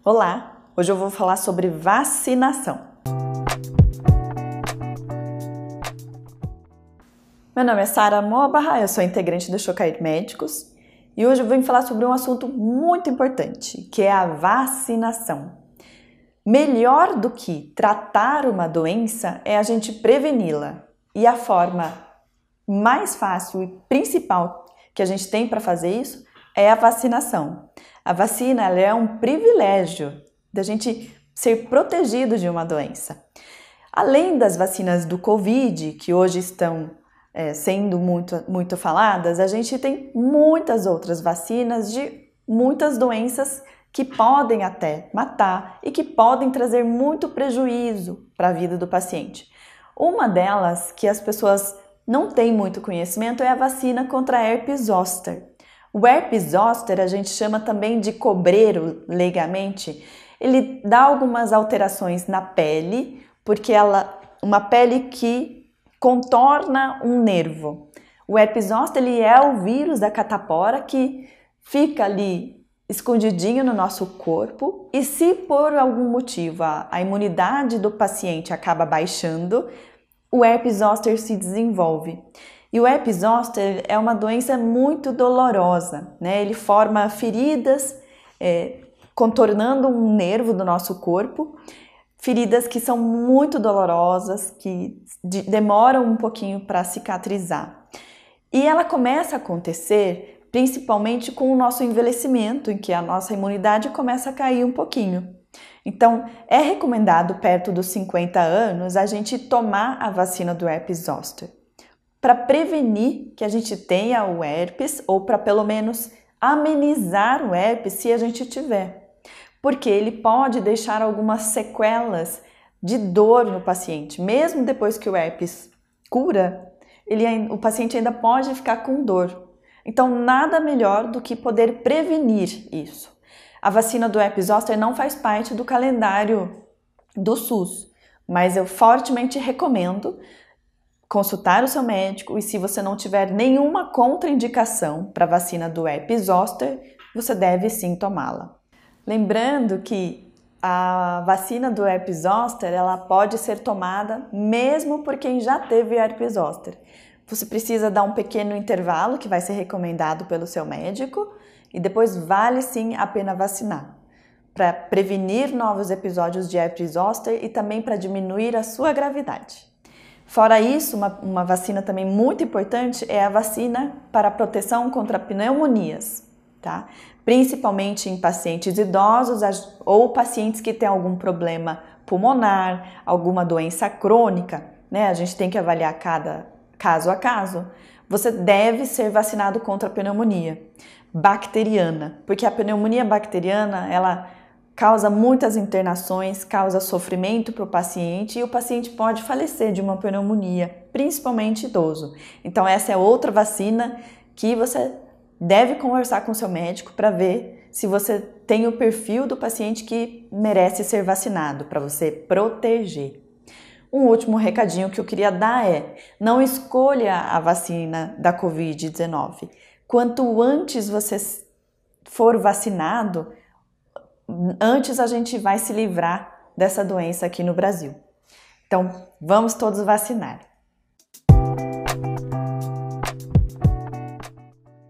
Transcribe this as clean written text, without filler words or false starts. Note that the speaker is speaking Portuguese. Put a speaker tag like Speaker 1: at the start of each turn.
Speaker 1: Olá! Hoje eu vou falar sobre vacinação. Meu nome é Sara Mobarra, eu sou integrante do Chocair Médicos e hoje eu vim falar sobre um assunto muito importante, que é a vacinação. Melhor do que tratar uma doença é a gente preveni-la. E a forma mais fácil e principal que a gente tem para fazer isso é a vacinação. A vacina ela é um privilégio da gente ser protegido de uma doença. Além das vacinas do Covid, que hoje estão sendo muito faladas, a gente tem muitas outras vacinas de muitas doenças que podem até matar e que podem trazer muito prejuízo para a vida do paciente. Uma delas, que as pessoas não têm muito conhecimento, é a vacina contra a herpes zoster. O herpes zoster a gente chama também de cobreiro leigamente. Ele dá algumas alterações na pele, porque uma pele que contorna um nervo. O herpes zoster ele é o vírus da catapora que fica ali escondidinho no nosso corpo e se por algum motivo a imunidade do paciente acaba baixando, o herpes zoster se desenvolve. E o herpes zoster é uma doença muito dolorosa, né? Ele forma feridas contornando um nervo do nosso corpo, feridas que são muito dolorosas, que demoram um pouquinho para cicatrizar. E ela começa a acontecer principalmente com o nosso envelhecimento, em que a nossa imunidade começa a cair um pouquinho. Então, é recomendado perto dos 50 anos a gente tomar a vacina do herpes zoster para prevenir que a gente tenha o herpes ou para pelo menos amenizar o herpes se a gente tiver, porque ele pode deixar algumas sequelas de dor no paciente. Mesmo depois que o herpes cura, o paciente ainda pode ficar com dor. Então, nada melhor do que poder prevenir isso. A vacina do herpes zoster não faz parte do calendário do SUS, mas eu fortemente recomendo consultar o seu médico e se você não tiver nenhuma contraindicação para a vacina do herpes zoster, você deve sim tomá-la. Lembrando que a vacina do herpes zoster ela pode ser tomada mesmo por quem já teve herpes zoster. Você precisa dar um pequeno intervalo que vai ser recomendado pelo seu médico e depois vale sim a pena vacinar para prevenir novos episódios de herpes zoster e também para diminuir a sua gravidade. Fora isso, uma vacina também muito importante é a vacina para a proteção contra pneumonias, tá? Principalmente em pacientes idosos ou pacientes que têm algum problema pulmonar, alguma doença crônica, né? A gente tem que avaliar cada caso a caso. Você deve ser vacinado contra a pneumonia bacteriana, porque a pneumonia bacteriana, ela causa muitas internações, causa sofrimento para o paciente e o paciente pode falecer de uma pneumonia, principalmente idoso. Então essa é outra vacina que você deve conversar com o seu médico para ver se você tem o perfil do paciente que merece ser vacinado, para você proteger. Um último recadinho que eu queria dar é: não escolha a vacina da Covid-19. Quanto antes você for vacinado, antes a gente vai se livrar dessa doença aqui no Brasil. Então, vamos todos vacinar.